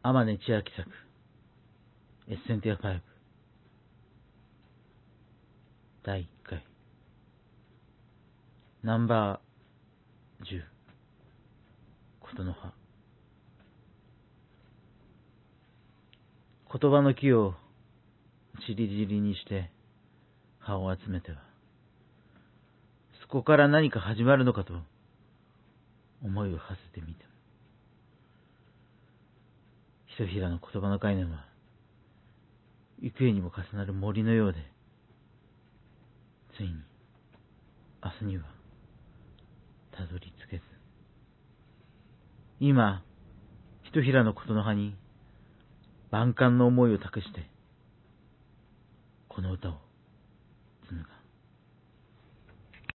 天音千秋作エッセンティア5第1回ナンバー10琴の葉。言葉の木をちりぢりにして葉を集めては、そこから何か始まるのかと思いを馳せてみても、ひとひらの言葉の概念は幾重にも重なる森のようで、ついに明日にはたどり着けず、今ひとひらの琴の葉に万感の思いを託してこの歌を